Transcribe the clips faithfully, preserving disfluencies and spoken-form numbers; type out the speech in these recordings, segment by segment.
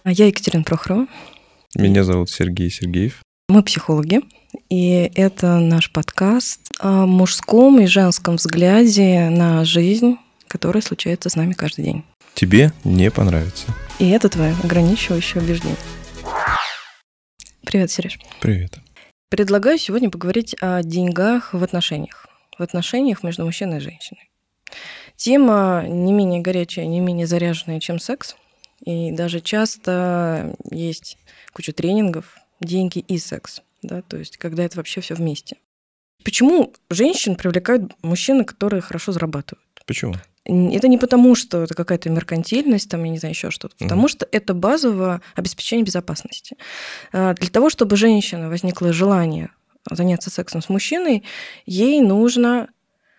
Я Екатерина Прохорова. Меня зовут Сергей Сергеев. Мы психологи, и это наш подкаст о мужском и женском взгляде на жизнь, которая случается с нами каждый день. Тебе не понравится. И это твое ограничивающее убеждение. Привет, Сереж. Привет. Предлагаю сегодня поговорить о деньгах в отношениях. В отношениях между мужчиной и женщиной. Тема не менее горячая, не менее заряженная, чем секс. И даже часто есть куча тренингов «Деньги и секс». Да? То есть когда это вообще все вместе. Почему женщин привлекают мужчины, которые хорошо зарабатывают? Почему? Это не потому, что это какая-то меркантильность, там, я не знаю, еще что-то. Mm-hmm. Потому что это базовое обеспечение безопасности. Для того, чтобы у женщины возникло желание заняться сексом с мужчиной, ей нужно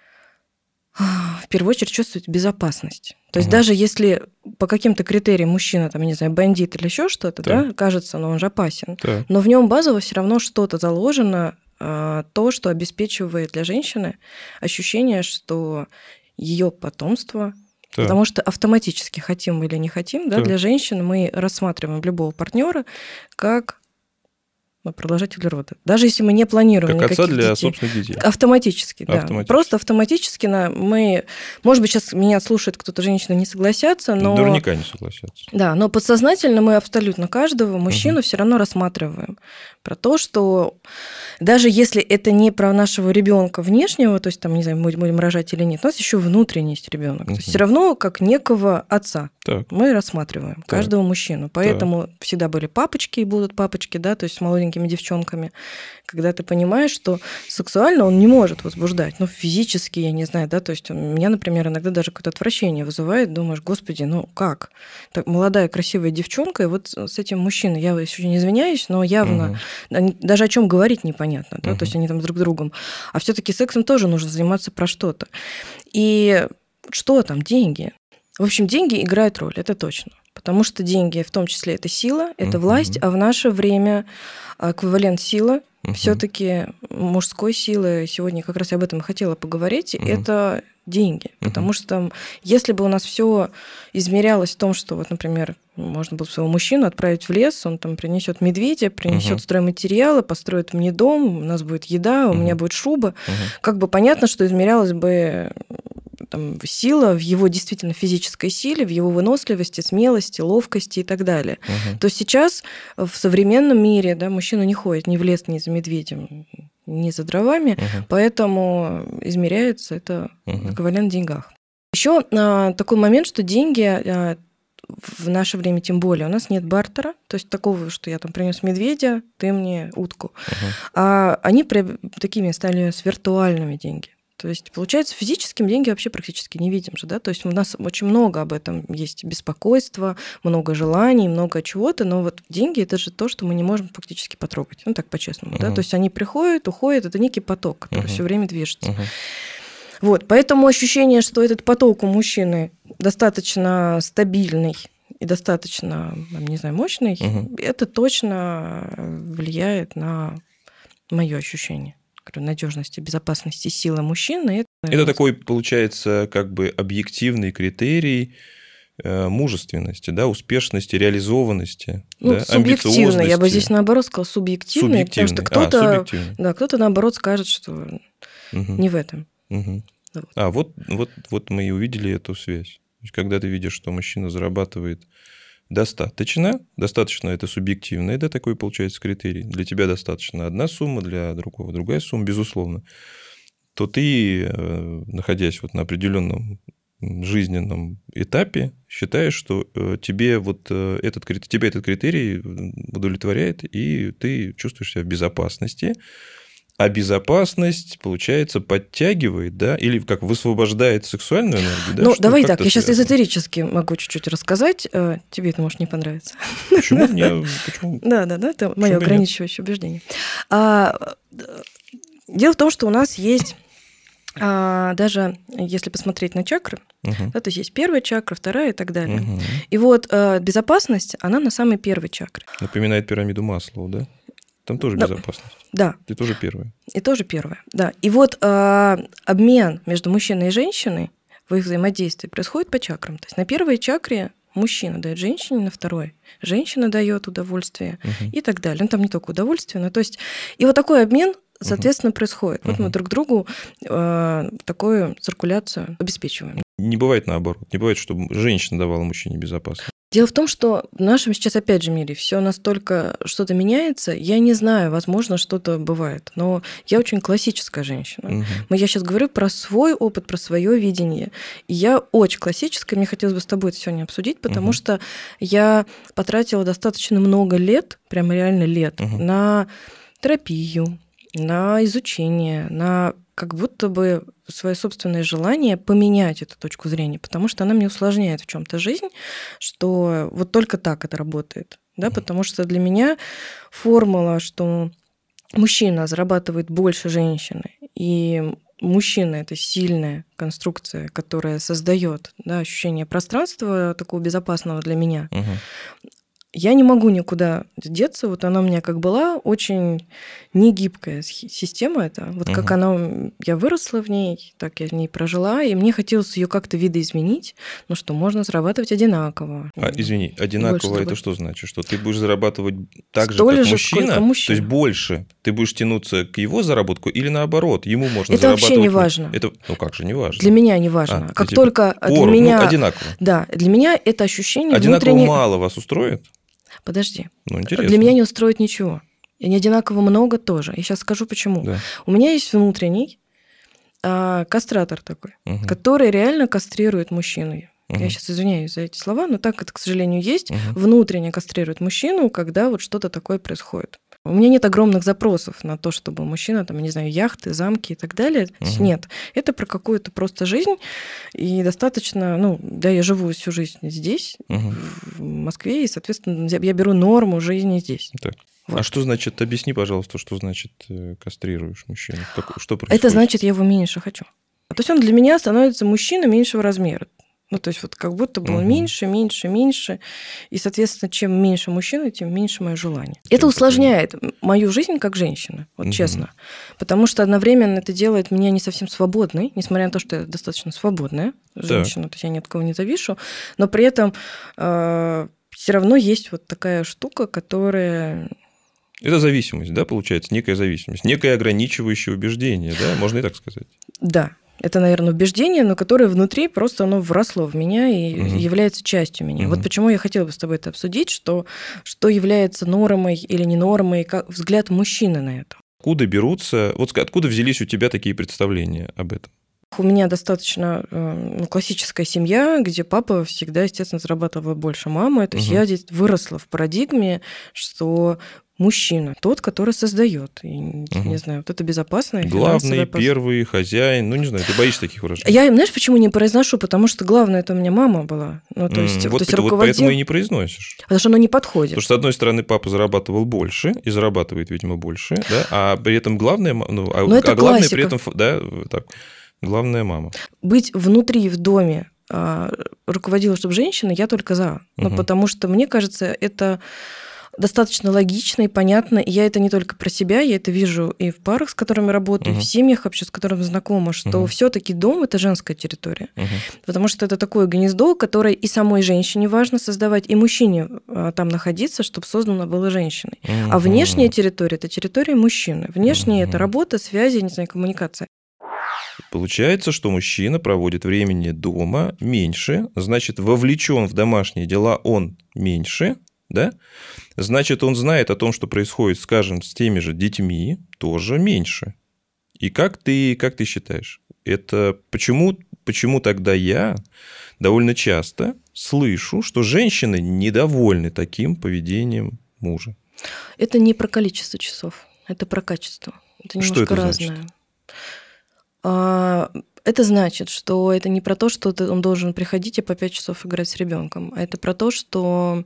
в первую очередь чувствовать безопасность. То есть mm-hmm. даже если по каким-то критериям мужчина, там, не знаю, бандит или еще что-то, да. Да, кажется, но он же опасен, да. Но в нем базово все равно что-то заложено, то, что обеспечивает для женщины ощущение, что ее потомство, да. Потому что автоматически, хотим мы или не хотим, да, да. Для женщин мы рассматриваем любого партнера как продолжатель рода. Даже если мы не планируем как никаких отца для детей. собственных детей. Автоматически, да. Автоматически. Просто автоматически на, мы... Может быть, сейчас меня слушает кто-то, женщина, не согласятся, но... Наверняка не согласятся. Да, но подсознательно мы абсолютно каждого мужчину угу. все равно рассматриваем. Про то, что даже если это не про нашего ребенка внешнего, то есть там, не знаю, мы будем рожать или нет, у нас еще внутренний есть ребенок. Угу. То есть все равно как некого отца так. мы рассматриваем так. каждого мужчину. Поэтому так. всегда были папочки и будут папочки, да, то есть с молоденькими девчонками, когда ты понимаешь, что сексуально он не может возбуждать, но физически, я не знаю, да, то есть он, меня, например, иногда даже какое-то отвращение вызывает, думаешь, господи, ну как? Так молодая, красивая девчонка, и вот с этим мужчиной, я еще не извиняюсь, но явно угу. даже о чем говорить непонятно, да, угу. то есть они там друг с другом, а все-таки сексом тоже нужно заниматься про что-то. И что там, деньги? В общем, деньги играют роль, это точно. Потому что деньги, в том числе, это сила, это uh-huh. власть, а в наше время эквивалент силы, uh-huh. все-таки мужской силы, сегодня как раз я об этом и хотела поговорить, uh-huh. это деньги. Uh-huh. Потому что если бы у нас все измерялось в том, что, вот, например, можно было своего мужчину отправить в лес, он там принесет медведя, принесет uh-huh. стройматериалы, построит мне дом, у нас будет еда, у uh-huh. меня будет шуба, uh-huh. как бы понятно, что измерялось бы там, сила в его действительно физической силе, в его выносливости, смелости, ловкости и так далее. Uh-huh. То сейчас в современном мире, да, мужчина не ходит ни в лес, ни за медведем, ни за дровами, uh-huh. поэтому измеряется это uh-huh. эквивалент в деньгах. Еще а, такой момент, что деньги а, в наше время тем более у нас нет бартера, то есть такого, что я там принес медведя, ты мне утку. Uh-huh. А они такими стали с виртуальными деньги. То есть, получается, физическим деньги вообще практически не видим же, да, то есть у нас очень много об этом есть беспокойства, много желаний, много чего-то, но вот деньги – это же то, что мы не можем фактически потрогать, ну так по-честному, uh-huh. да, то есть они приходят, уходят, это некий поток, который uh-huh. все время движется. Uh-huh. Вот, поэтому ощущение, что этот поток у мужчины достаточно стабильный и достаточно, не знаю, мощный, uh-huh. это точно влияет на мое ощущение надежности, безопасности, силы мужчины. Это, это такой, получается, как бы объективный критерий мужественности, да, успешности, реализованности, ну, да, субъективно, я бы здесь наоборот сказала субъективный, потому что кто-то, а, да, кто-то наоборот скажет, что угу. не в этом. Угу. Вот. А вот, вот, вот мы и увидели эту связь. Когда ты видишь, что мужчина зарабатывает достаточно, достаточно это субъективно, это такой, получается, критерий. Для тебя достаточно одна сумма, для другого другая сумма, безусловно. То ты, находясь вот на определенном жизненном этапе, считаешь, что тебе вот этот, тебя этот критерий удовлетворяет, и ты чувствуешь себя в безопасности. А безопасность, получается, подтягивает, да, или как высвобождает сексуальную энергию, да? Ну, давай так, я сейчас эзотерически могу чуть-чуть рассказать. Тебе это может не понравиться. Почему? Мне, почему? Да, да, да, это мое ограничивающее убеждение. Дело в том, что у нас есть, даже если посмотреть на чакры, uh-huh. да, то есть есть первая чакра, вторая и так далее. Uh-huh. И вот безопасность, она на самой первой чакре. Напоминает пирамиду Маслоу, да? Там тоже безопасность. Да. И тоже первая. И тоже первая, да. И вот э, обмен между мужчиной и женщиной в их взаимодействии происходит по чакрам. То есть на первой чакре Мужчина дает женщине на второй, женщина дает удовольствие Мгм. и так далее. Ну, там не только удовольствие, но то есть... И вот такой обмен, соответственно, происходит. Вот мы Мгм. друг другу э, такую циркуляцию обеспечиваем. Не бывает наоборот. Не бывает, чтобы женщина давала мужчине безопасность. Дело в том, что в нашем сейчас, опять же, мире все настолько что-то меняется. Я не знаю, возможно, что-то бывает. Но я очень классическая женщина. Мгм. Но я сейчас говорю про свой опыт, про свое видение. И я очень классическая. Мне хотелось бы с тобой это сегодня обсудить, потому Мгм. что я потратила достаточно много лет, прям реально лет, Мгм. на терапию, на изучение, на как будто бы свое собственное желание поменять эту точку зрения, потому что она мне усложняет в чем-то жизнь, что вот только так это работает. Да? Мгм. Потому что для меня формула, что мужчина зарабатывает больше женщины, и мужчина — это сильная конструкция, которая создает, да, ощущение пространства такого безопасного для меня. Мгм. Я не могу никуда деться. Вот она у меня как была, очень негибкая схи- система эта. Вот как Мгм. она, м, я выросла в ней, так я в ней прожила, и мне хотелось ее как-то видоизменить, ну что можно зарабатывать одинаково. А, извини, Больше одинаково это зарабатывать. что значит? Что ты будешь зарабатывать так же, Столь как же, сколько мужчина, то есть мужчина. больше? Ты будешь тянуться к его заработку или наоборот, ему можно Это вообще не зарабатывать... ме- важно. Это, ну как же, не важно. Для меня не А, важно. для Как тебя только для поровну, ну, меня... одинаково. Да, для меня это ощущение Одинаково внутреннее... мало вас устроит? Подожди. Ну, Для интересно. меня не устроит ничего. И не одинаково много тоже. Я сейчас скажу, почему. Да. У меня есть внутренний а, кастратор такой, Мгм. который реально кастрирует мужчину. Я Мгм. сейчас извиняюсь за эти слова, но так это, к сожалению, есть. Мгм. Внутренне кастрирует мужчину, когда вот что-то такое происходит. У меня нет огромных запросов на то, чтобы мужчина, там, я не знаю, яхты, замки и так далее. То есть Мгм. нет. Это про какую-то просто жизнь. И достаточно, ну, да, я живу всю жизнь здесь, Мгм. в Москве, и, соответственно, я я беру норму жизни здесь. Так. А Вот. что значит, объясни, пожалуйста, что значит э, кастрируешь мужчину? Как- что происходит? Это значит, я его меньше хочу. То есть он для меня становится мужчина меньшего размера. Ну, то есть вот как будто бы он Мгм. меньше, меньше, меньше. И, соответственно, чем меньше мужчина, тем меньше мое желание. Тем Это такой- усложняет мою жизнь как женщина, вот Мгм. честно. Потому что одновременно это делает меня не совсем свободной, несмотря на то, что я достаточно свободная женщина, то есть я ни от кого не завишу, но при этом все равно есть вот такая штука, которая... Это зависимость, да, получается, некая зависимость, некое ограничивающее убеждение, да, можно и так сказать. Да, это, наверное, убеждение, но которое внутри просто оно вросло в меня и Мгм. является частью меня. Мгм. Вот почему я хотела бы с тобой это обсудить, что, что является нормой или не нормой, как взгляд мужчины на это. Откуда берутся, вот ска- откуда взялись у тебя такие представления об этом? У меня достаточно э, ну, классическая семья, где папа всегда, естественно, зарабатывал больше мамы. То есть Мгм. я здесь выросла в парадигме, что мужчина тот, который создает. И, не Мгм. знаю, вот это безопасная Главный, финансовая пос- первый, хозяин, ну, не знаю, ты боишься таких выражений? Я, знаешь, почему не произношу? Потому что главное, это у меня мама была. Ну, то есть, М, то вот, есть пот- вот руководил... поэтому и не произносишь. Потому что оно не подходит. Потому что, с одной стороны, папа зарабатывал больше и зарабатывает, видимо, больше, да, а при этом главное, м- ну, а, Но это а главное классика. при этом, ф- да, так, главная мама. Быть внутри, в доме, а, руководила, чтобы женщина, я только за. Ну, Мгм. потому что, мне кажется, это достаточно логично и понятно. И я это не только про себя, я это вижу и в парах, с которыми работаю, и Мгм. в семьях вообще, с которыми знакома, что Мгм. все-таки дом — это женская территория. Мгм. Потому что это такое гнездо, которое и самой женщине важно создавать, и мужчине а, там находиться, чтобы создано было женщиной. А Мгм. внешняя территория — это территория мужчины. Внешняя — Мгм. это работа, связи, не знаю, коммуникация. Получается, что мужчина проводит времени дома меньше, значит, вовлечен в домашние дела он меньше, да? Значит, он знает о том, что происходит, скажем, с теми же детьми, тоже меньше. И как ты, как ты считаешь, это почему, почему тогда я довольно часто слышу, что женщины недовольны таким поведением мужа? Это не про количество часов, это про качество. Это Что немножко это значит? разное. А, Это значит, что это не про то, что ты- он должен приходить и по пять часов играть с ребенком, а это про то, что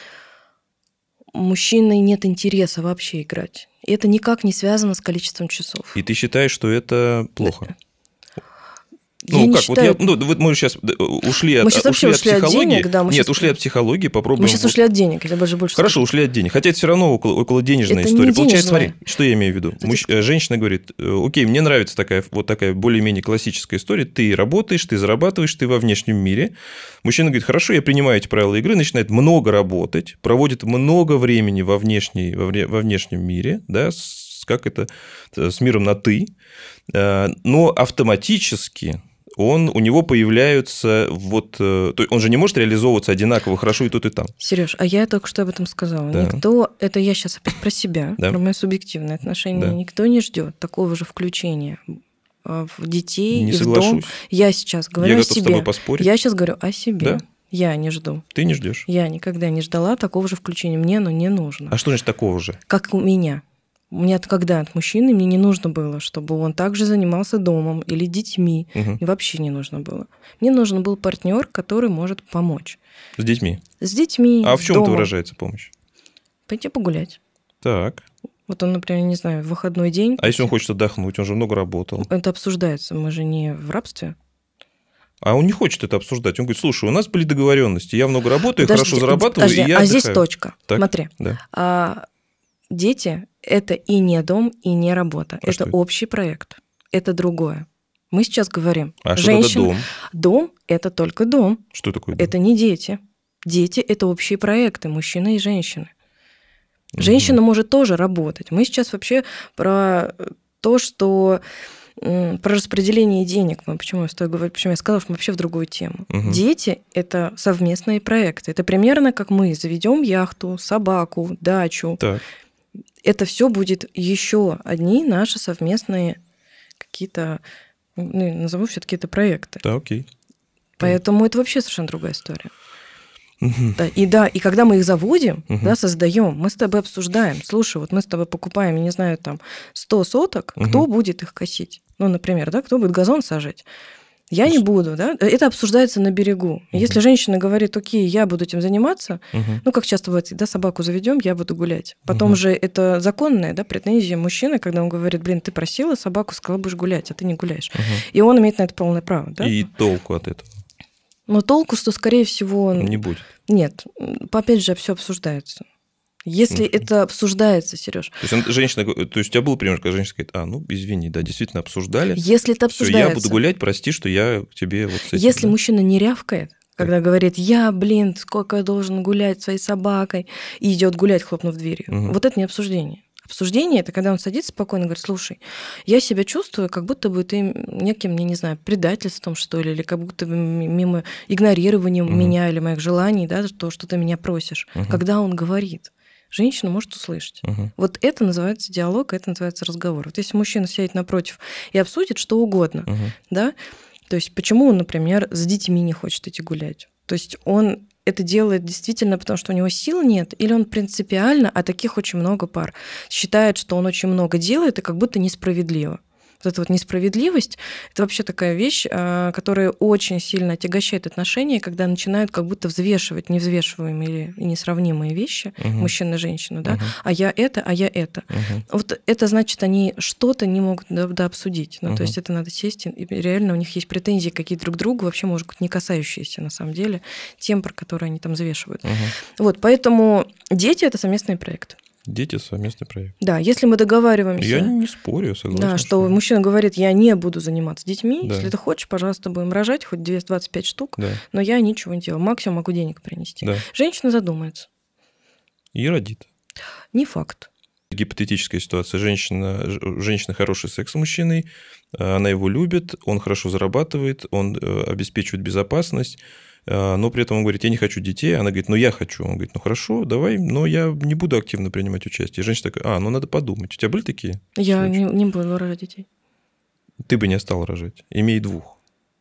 у мужчины нет интереса вообще играть. И это никак не связано с количеством часов. И ты считаешь, что это плохо? Ну, я не как, считаю... вот я, ну, вот мы сейчас ушли от, мы сейчас ушли от ушли от психологии. денег, да, мы Нет, сейчас... ушли от психологии, попробуем... Мы сейчас ушли от денег, я даже больше Хорошо, скажу. ушли от денег. Хотя это все равно около, около денежная это история. Не Получается, денежная. смотри, что я имею в виду. Муж... Женщина говорит, окей, мне нравится такая вот такая более-менее классическая история. Ты работаешь, ты зарабатываешь, ты во внешнем мире. Мужчина говорит, хорошо, я принимаю эти правила игры, начинает много работать, проводит много времени во, внешней, во, вне... во внешнем мире, да, с... как это, с миром на «ты», но автоматически... Он, у него появляются вот... То есть он же не может реализовываться одинаково хорошо и тут, и там. Сереж, а я только что об этом сказала. Да. Никто... Это я сейчас опять про себя, да. про мои субъективные отношения. Да. Никто не ждет такого же включения в детей не и соглашусь. в дом. Я сейчас говорю я о себе. Я готов с тобой поспорить. Я сейчас говорю о себе. Да? Я не жду. Ты не ждешь? Я никогда не ждала такого же включения. Мне оно не нужно. А что значит такого же? Как у меня. У меня когда от мужчины мне не нужно было, чтобы он также занимался домом или детьми. Угу. И вообще не нужно было. Мне нужен был партнер, который может помочь. С детьми? С детьми. А с в чем это домом. выражается помощь? Пойти погулять. Так. Вот он, например, не знаю, в выходной день. А если он хочет отдохнуть, он же много работал. Это обсуждается, мы же не в рабстве. А он не хочет это обсуждать. Он говорит, слушай, у нас были договоренности, я много работаю, подожди, хорошо зарабатываю, подожди, и я А отдыхаю. здесь точка. Так, Смотри. Да. А, дети – это и не дом, и не работа. А это общий проект. Это другое. Мы сейчас говорим. А женщина, что это дом? Дом – это только дом. Что такое дом? Это не дети. Дети – это общие проекты, мужчина и женщина. Женщина угу. может тоже работать. Мы сейчас вообще про то, что про распределение денег. Почему я, с тобой говорю, почему я сказала, что мы вообще в другую тему. Угу. Дети – это совместные проекты. Это примерно как мы заведем яхту, собаку, дачу. Так. Это все будет еще одни наши совместные какие-то, ну, назову все-таки это проекты. Да, окей. Поэтому это вообще совершенно другая история. Uh-huh. Да, и да, и когда мы их заводим, uh-huh. да, создаем, мы с тобой обсуждаем. Слушай, вот мы с тобой покупаем, я не знаю, там сто соток, uh-huh. кто будет их косить? Ну, например, да, кто будет газон сажать? Я не буду, да? Это обсуждается на берегу. Uh-huh. Если женщина говорит, окей, я буду этим заниматься, uh-huh. ну, как часто бывает, да, собаку заведем, я буду гулять. Потом uh-huh. же это законная, да, претензия мужчины, когда он говорит, блин, ты просила собаку, сказала, будешь гулять, а ты не гуляешь. Uh-huh. И он имеет на это полное право, да? И толку от этого. Но толку, что, скорее всего... Не будет. Нет. Опять же, все обсуждается. Если mm-hmm. это обсуждается, Сереж. То есть женщина, то есть у тебя был пример, когда женщина говорит, а, ну, извини, да, действительно обсуждали. Если это обсуждается. Всё, я буду гулять, прости, что я к тебе вот с этим. Если да? мужчина не рявкает, когда mm-hmm. говорит, я, блин, сколько я должен гулять своей собакой, и идет гулять, хлопнув дверью. Mm-hmm. Вот это не обсуждение. Обсуждение – это когда он садится спокойно и говорит, слушай, я себя чувствую, как будто бы ты неким, я не знаю, предательством, что ли, или как будто бы мимо игнорированием uh-huh. меня или моих желаний, да, то, что ты меня просишь. Uh-huh. Когда он говорит, женщина может услышать. Uh-huh. Вот это называется диалог, это называется разговор. Вот если мужчина сядет напротив и обсудит что угодно, uh-huh. да, то есть почему он, например, с детьми не хочет идти гулять? То есть он это делает действительно потому, что у него сил нет, или он принципиально, а таких очень много пар, считает, что он очень много делает и как будто несправедливо. Вот эта вот несправедливость – это вообще такая вещь, которая очень сильно отягощает отношения, когда начинают как будто взвешивать невзвешиваемые и несравнимые вещи, угу. мужчина и женщина, да, угу. а я это, а я это. Угу. Вот это значит, они что-то не могут дообсудить. Ну, угу. то есть это надо сесть, и реально у них есть претензии какие-то друг к другу, вообще, может быть, не касающиеся, на самом деле, тем, про которые они там взвешивают. Угу. Вот, поэтому дети – это совместный проект. Дети – совместный проект. Да, если мы договариваемся... Я не спорю, согласен. Да, что, что мужчина говорит, я не буду заниматься детьми, да. если ты хочешь, пожалуйста, будем рожать, хоть двести двадцать пять штук, да. но я ничего не делаю, максимум могу денег принести. Да. Женщина задумается. И родит. Не факт. Гипотетическая ситуация. Женщина, женщина хороший секс с мужчиной, она его любит, он хорошо зарабатывает, он обеспечивает безопасность, но при этом он говорит, я не хочу детей. Она говорит, ну я хочу. Он говорит, ну хорошо, давай, но я не буду активно принимать участие. И женщина такая, а, ну надо подумать. У тебя были такие? Я не, не буду рожать детей. Ты бы не стал рожать. Имей двух.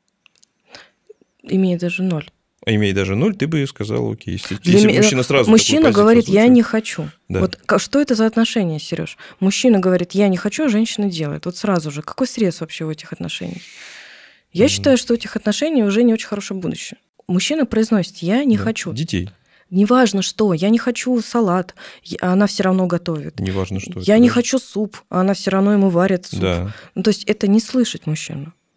Имея даже ноль. А имея даже ноль, ты бы сказал, окей. Если, если ми... мужчина сразу... Мужчина говорит, я не хочу. Да. Вот что это за отношения, Сереж? Мужчина говорит, я не хочу, а женщина делает. Вот сразу же. Какой срез вообще в этих отношениях? Я mm-hmm. считаю, что у этих отношений уже не очень хорошее будущее. Мужчина произносит, я не да. хочу. Детей. Неважно что, я не хочу салат, а она все равно готовит. Неважно что. Я не даже. хочу суп, а она все равно ему варит суп. Да. Ну, то есть это не слышать мужчину.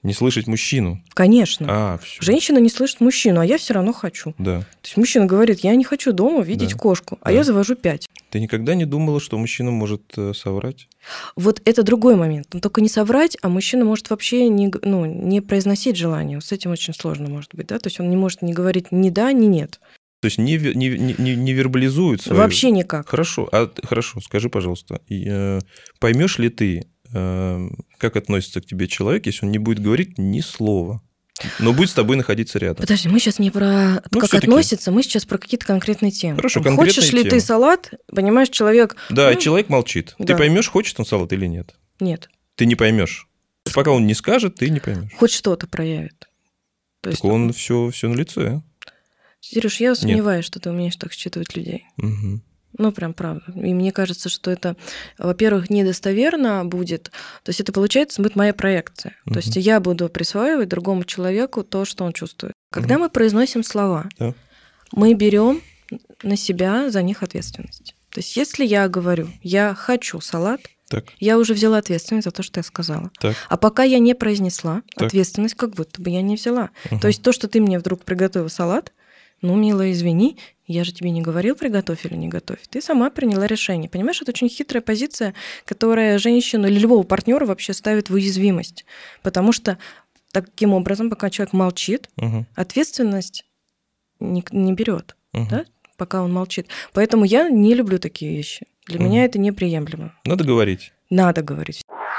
Не слышать мужчину? Конечно. А, все. Женщина не слышит мужчину, а я все равно хочу. Да. То есть мужчина говорит, я не хочу дома видеть Да. кошку, а Да. я завожу пять. Ты никогда не думала, что мужчина может э, соврать? Вот это другой момент. Он только не соврать, а мужчина может вообще не, г- ну, не произносить желание. Вот с этим очень сложно может быть, да? То есть он не может не говорить ни да, ни нет. То есть не, ве- не, не, не- не вербализует свою... Вообще никак. Хорошо, а, т- хорошо, скажи, пожалуйста, и, э, поймешь ли ты, э, как относится к тебе человек, если он не будет говорить ни слова, но будет с тобой находиться рядом? Подожди, мы сейчас не про Ну, как всё-таки. относится, мы сейчас про какие-то конкретные темы. Хорошо, Там, конкретные хочешь ли темы. ты салат, понимаешь, человек... Да, ну, человек молчит. Ты да. поймешь, хочет он салат или нет? Нет, Ты не поймешь. Пока он не скажет, ты не поймешь. хоть что-то проявит. То есть, Так он все, все на лице. Сереж, я сомневаюсь, что ты умеешь так считывать людей. Угу. Ну, прям правда. И мне кажется, что это, во-первых, недостоверно будет. То есть это, получается, будет моя проекция. Мгм. То есть я буду присваивать другому человеку то, что он чувствует. Когда Мгм. мы произносим слова, Да. мы берем на себя за них ответственность. То есть если я говорю, я хочу салат, Так, я уже взяла ответственность за то, что я сказала. так. А пока я не произнесла, Так. ответственность как будто бы я не взяла. Мгм. То есть то, что ты мне вдруг приготовил салат, ну, милая, извини, я же тебе не говорил, приготовь или не готовь. Ты сама приняла решение. Понимаешь, это очень хитрая позиция, которая женщину или любого партнера вообще ставит в уязвимость. Потому что таким образом, пока человек молчит, Мгм. ответственность не, не берет, Мгм. да, пока он молчит. Поэтому я не люблю такие вещи. Для Мгм. меня это неприемлемо. Надо говорить. Надо говорить.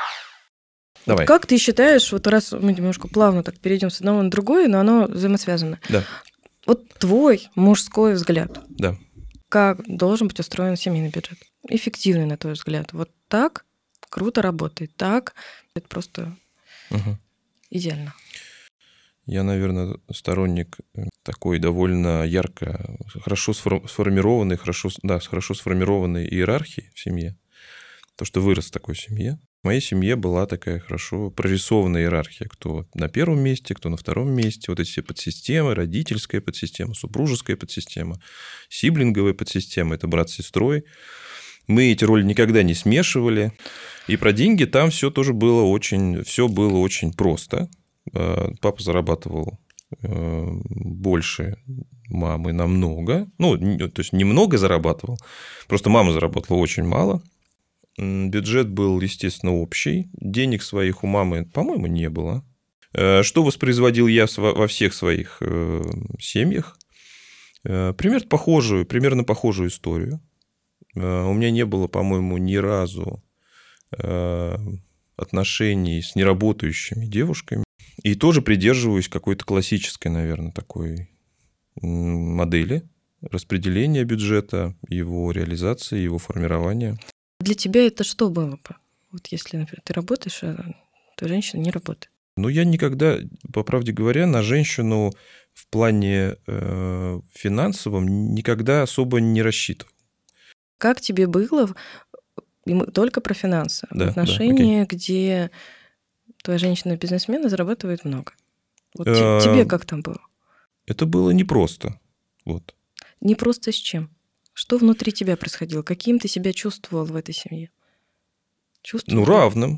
Давай. Вот как ты считаешь, вот раз мы немножко плавно так перейдем с одного на другое, но оно взаимосвязано. Да, Вот твой мужской взгляд, да. как должен быть устроен семейный бюджет? Эффективный, на твой взгляд. Вот так круто работает, так это просто Мгм. идеально. Я, наверное, сторонник э, такой довольно ярко, хорошо сфор- сформированной, хорошо, с- да, с хорошо сформированной иерархии в семье. То, что вырос в такой семье. В моей семье была такая хорошо прорисованная иерархия. Кто на первом месте, кто на втором месте. Вот эти все подсистемы, родительская подсистема, супружеская подсистема, сиблинговая подсистема, это брат с сестрой. Мы эти роли никогда не смешивали. И про деньги там все тоже было очень, все было очень просто. Э, Папа зарабатывал э, больше мамы намного. Ну, не- то есть немного зарабатывал. Просто мама заработала очень мало. М, Бюджет был, естественно, общий. Денег своих у мамы, по-моему, не было. Э, Что воспроизводил я сва- во всех своих э, семьях? Э, Примерно похожую, примерно похожую историю. Э, У меня не было, по-моему, ни разу э, отношений с неработающими девушками. И тоже придерживаюсь какой-то классической, наверное, такой м, модели распределения бюджета, его реализации, его формирования. Для тебя это что было бы? Вот если, например, ты работаешь, а твоя женщина не работает. Но я никогда, по правде говоря, на женщину в плане э, финансовом никогда особо не рассчитывал. Как тебе было, в- и мы только про финансы, Да, да, в отношении, где твоя женщина-бизнесмен и зарабатывает много? Вот те- Э, тебе как там было? Это было непросто. Вот. Не просто с чем? Что внутри тебя происходило? Каким ты себя чувствовал в этой семье? Чувствовал? Ну, равным.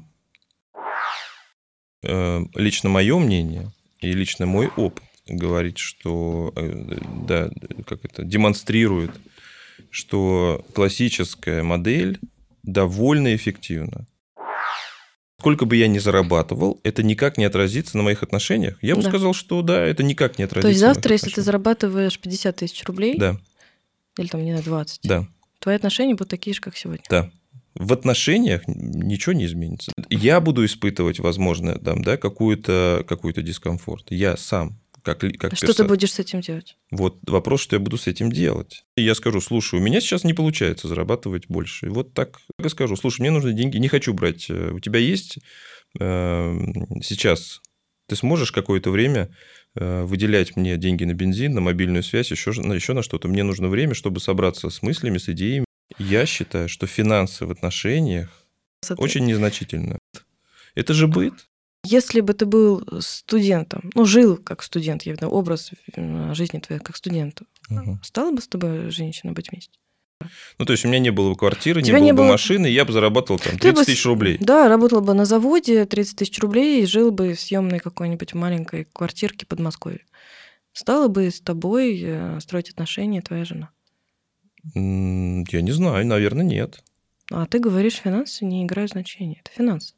Э, Лично мое мнение и лично мой опыт говорит, что э, да, как это демонстрирует, что классическая модель довольно эффективна. Сколько бы я ни зарабатывал, это никак не отразится на моих отношениях. Я бы Да. сказал, что да, это никак не отразится. То есть на моих завтра, если ты отношениях. зарабатываешь пятьдесят тысяч рублей, Да, или там, не знаю, двадцать, да, твои отношения будут такие же, как сегодня. да. В отношениях ничего не изменится. Я буду испытывать, возможно, там, да, какую-то, какой-то дискомфорт. Я сам, как, ли- как Что ты перса- будешь с этим делать? Вот вопрос, что я буду с этим делать. И я скажу, слушай, у меня сейчас не получается зарабатывать больше. И вот так я скажу, слушай, мне нужны деньги, не хочу брать. Э, У тебя есть э, сейчас, ты сможешь какое-то время э, выделять мне деньги на бензин, на мобильную связь, еще, на- еще на что-то. Мне нужно время, чтобы собраться с мыслями, с идеями. Я считаю, что финансы в отношениях Смотри, очень незначительны. Это же быт. Если бы ты был студентом, ну, жил как студент, я имею в виду образ э, жизни твоей как студента, Мгм. стала бы с тобой женщина быть вместе? Ну, то есть у меня не было бы квартиры, У не тебя было не бы было- машины, я бы заработал там Ты бы тридцать с- тысяч рублей. Да, работал бы на заводе, тридцать тысяч рублей, и жил бы в съемной какой-нибудь маленькой квартирке в Подмосковье. Стала бы с тобой э, строить отношения твоя жена. М, Я не знаю, наверное, нет. А ты говоришь, финансы не играют значения. Это финансы.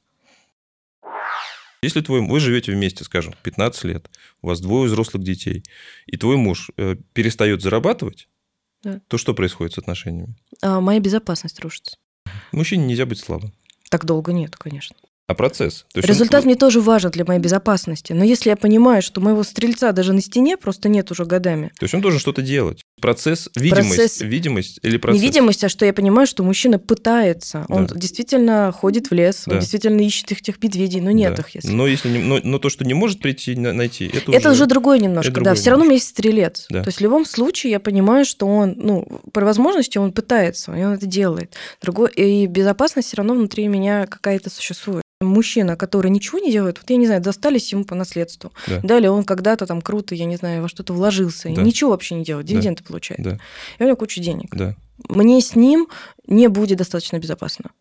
Если твой, вы живете вместе, скажем, пятнадцать лет, у вас двое взрослых детей, и твой муж э, перестает зарабатывать, Да. то что происходит с отношениями? А моя безопасность рушится. Мужчине нельзя быть слабым. Так долго нет, конечно. А процесс? То есть Результат он- мне тоже важен для моей безопасности. Но если я понимаю, что моего стрельца даже на стене просто нет уже годами. То есть он должен что-то делать. Процесс, видимость, Процесс- видимость или процесс? Не видимость, а что я понимаю, что мужчина пытается. Он Да. действительно ходит в лес, он Да. действительно ищет их, тех медведей, но нет Да. их, если. Но, если не- но, но то, что не может прийти, на- найти, это, Это уже другое немножко, это да. другое Все равно у немножко. меня есть стрелец. Да. То есть в любом случае я понимаю, что он, ну, по возможности он пытается, и он это делает. Другой, и безопасность все равно внутри меня какая-то существует. Мужчина, который ничего не делает, вот я не знаю, достались ему по наследству. Да. Далее он когда-то там круто, я не знаю, во что-то вложился, и Да. ничего вообще не делает, Да. дивиденды получает. Да, И у него куча денег. да. Мне с ним не будет достаточно безопасно.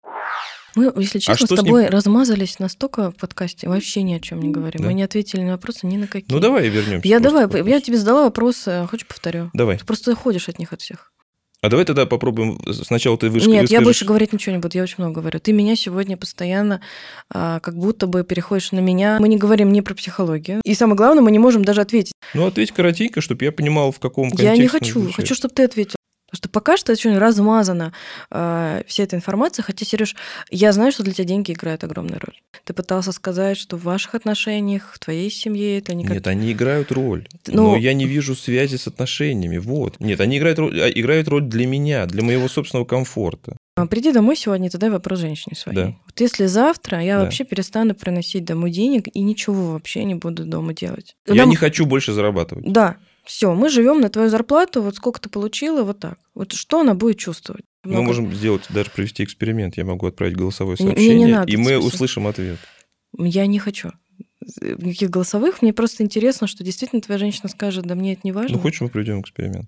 Мы, если честно, что с с ним- тобой размазались настолько в подкасте, вообще ни о чем не говорим. Да. Мы не ответили на вопросы ни на какие. Ну, давай вернемся. Я просто давай, к вопросу. я тебе задала вопрос, э, хочешь повторю? Давай. Ты просто ходишь от них от всех. А давай тогда попробуем. Сначала ты выш... Нет, я выскажешь- больше говорить ничего не буду, я очень много говорю. Ты меня сегодня постоянно а, как будто бы переходишь на меня. Мы не говорим ни про психологию. И самое главное, мы не можем даже ответить. Ну, ответь коротенько, чтобы я понимал, в каком контексте. Я не он хочу, звучит. хочу, чтобы ты ответил. Потому что пока что очень размазана э, вся эта информация. Хотя, Сереж, я знаю, что для тебя деньги играют огромную роль. Ты пытался сказать, что в ваших отношениях, в твоей семье это никак... Нет, они играют роль. Ну- Но я не вижу связи с отношениями. Вот. Нет, они играют роль, а, играют роль для меня, для моего собственного комфорта. А, Приди домой сегодня и задай вопрос женщине своей. Да. Вот если завтра я Да. вообще перестану приносить домой денег и ничего вообще не буду дома делать. Я Нам- не хочу больше зарабатывать. Да, все, мы живем на твою зарплату, вот сколько ты получила, вот так. Вот что она будет чувствовать? Мы Много- можем сделать, даже провести эксперимент. Я могу отправить голосовое Мне- мне сообщение, не надо, и мы спасибо. услышим ответ. Я не хочу никаких голосовых. Мне просто интересно, что действительно твоя женщина скажет, да мне это не важно. Ну, хочешь, мы проведем эксперимент?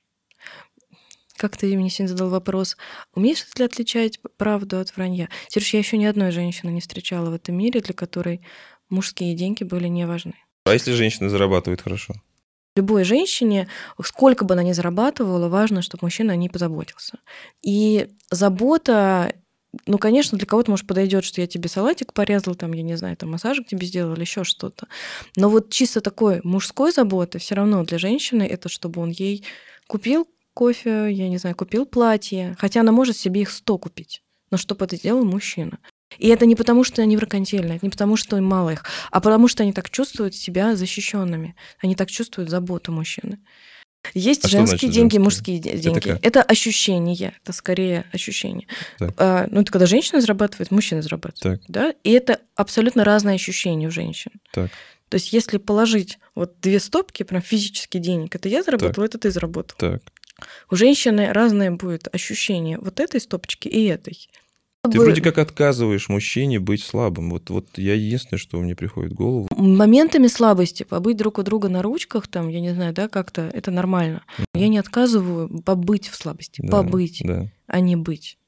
Как ты мне сегодня задал вопрос, умеешь ли отличать правду от вранья? Сереж, я еще ни одной женщины не встречала в этом мире, для которой мужские деньги были не важны. А если женщина зарабатывает хорошо? Любой женщине, сколько бы она ни зарабатывала, важно, чтобы мужчина о ней позаботился. И забота, ну, конечно, для кого-то, может, подойдет, что я тебе салатик порезал, там, я не знаю, там, массажик тебе сделал или еще что-то. Но вот чисто такой мужской заботы все равно для женщины это, чтобы он ей купил кофе, я не знаю, купил платье, хотя она может себе их сто купить, но чтобы это сделал мужчина. И это не потому, что они меркантильны, это не потому, что им мало их, а потому, что они так чувствуют себя защищенными. Они так чувствуют заботу мужчины. Есть А что женские значит деньги, женские? мужские де- деньги. как? Это ощущение, это скорее ощущение. Так. А, ну, это когда женщина зарабатывает, мужчина зарабатывает. Так. Да? И это абсолютно разные ощущения у женщин. Так. То есть, если положить вот две стопки, прям физически денег, это я заработала, это ты заработал. Так. У женщины разное будет ощущение вот этой стопочки и этой. Ты Бы- вроде как отказываешь мужчине быть слабым. Вот, вот я единственное, что мне приходит в голову. Моментами слабости, побыть друг у друга на ручках, там, я не знаю, да, как-то, это нормально. Я не отказываю побыть в слабости, Да, побыть, Да. а не быть.